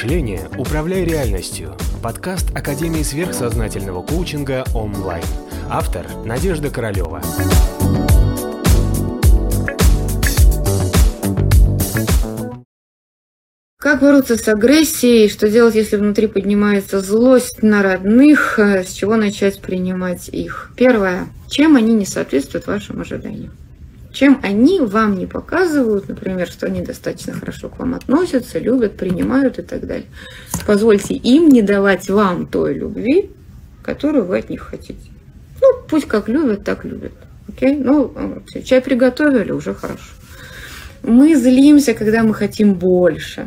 мышления «Управляй реальностью». Подкаст Академии сверхсознательного коучинга онлайн. Автор Надежда Королева. Как бороться с агрессией? Что делать, если внутри поднимается злость на родных? С чего начать принимать их? Первое. Чем они не соответствуют вашим ожиданиям? Чем они вам не показывают, например, что они достаточно хорошо к вам относятся, любят, принимают и так далее. Позвольте им не давать вам той любви, которую вы от них хотите. Пусть как любят, так любят. Окей? Чай приготовили, уже хорошо. Мы злимся, когда мы хотим больше.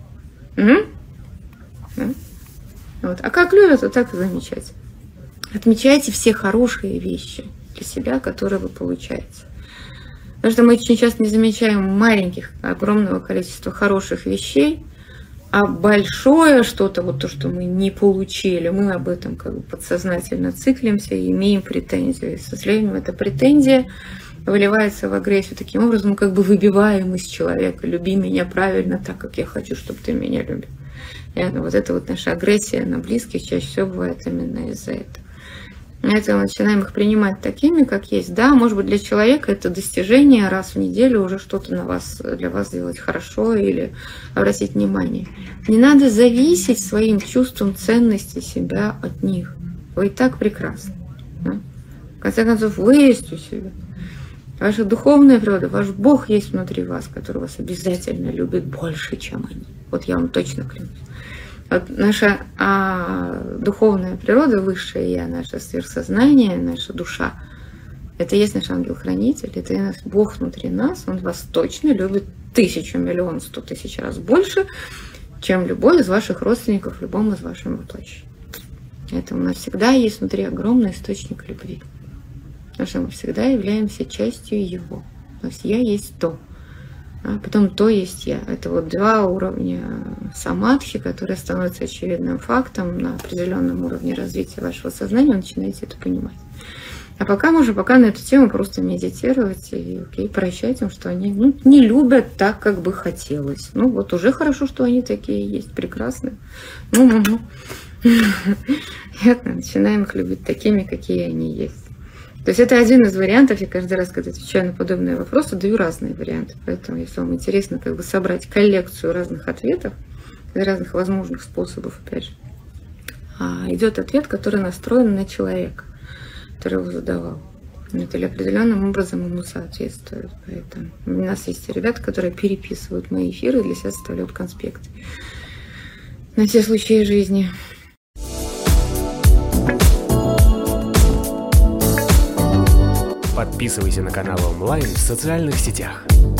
А как любят, вот так и замечательно. Отмечайте все хорошие вещи для себя, которые вы получаете. Потому что мы очень часто не замечаем маленьких, огромного количества хороших вещей, а большое что-то, вот то, что мы не получили, мы об этом как бы подсознательно циклимся и имеем претензии. К сожалению, эта претензия выливается в агрессию. Таким образом, мы как бы выбиваем из человека: люби меня правильно, так как я хочу, чтобы ты меня любил. Вот это вот наша агрессия на близких чаще всего бывает именно из-за этого. Это мы начинаем их принимать такими, как есть. Да, может быть, для человека это достижение раз в неделю уже что-то для вас сделать хорошо или обратить внимание. Не надо зависеть своим чувством ценности себя от них. Вы и так прекрасны. В конце концов, вы есть у себя. Ваша духовная природа, ваш Бог есть внутри вас, который вас обязательно любит больше, чем они. Вот я вам точно клянусь. Вот наша духовная природа, высшее Я, наше сверхсознание, наша душа, это и есть наш ангел-хранитель, это и наш Бог внутри нас, Он вас точно любит 1000, миллион, 100 тысяч раз больше, чем любой из ваших родственников, любому из ваших воплощений. Это у нас всегда есть внутри огромный источник любви. Потому что мы всегда являемся частью Его. То есть Я есть то. А потом то есть Я. Это вот два уровня самадхи, которые становятся очевидным фактом на определенном уровне развития вашего сознания, вы начинаете это понимать. А пока можно на эту тему просто медитировать и прощать им, что они не любят так, как бы хотелось. Вот уже хорошо, что они такие есть, прекрасные. Начинаем их любить такими, какие они есть. То есть это один из вариантов. Я каждый раз, когда отвечаю на подобные вопросы, даю разные варианты. Поэтому, если вам интересно собрать коллекцию разных ответов, разных возможных способов, опять же, идет ответ, который настроен на человека, который его задавал. Или определенным образом ему соответствует. Поэтому у нас есть ребята, которые переписывают мои эфиры и для себя составляют конспекты на все случаи жизни. Подписывайся на канал онлайн в социальных сетях.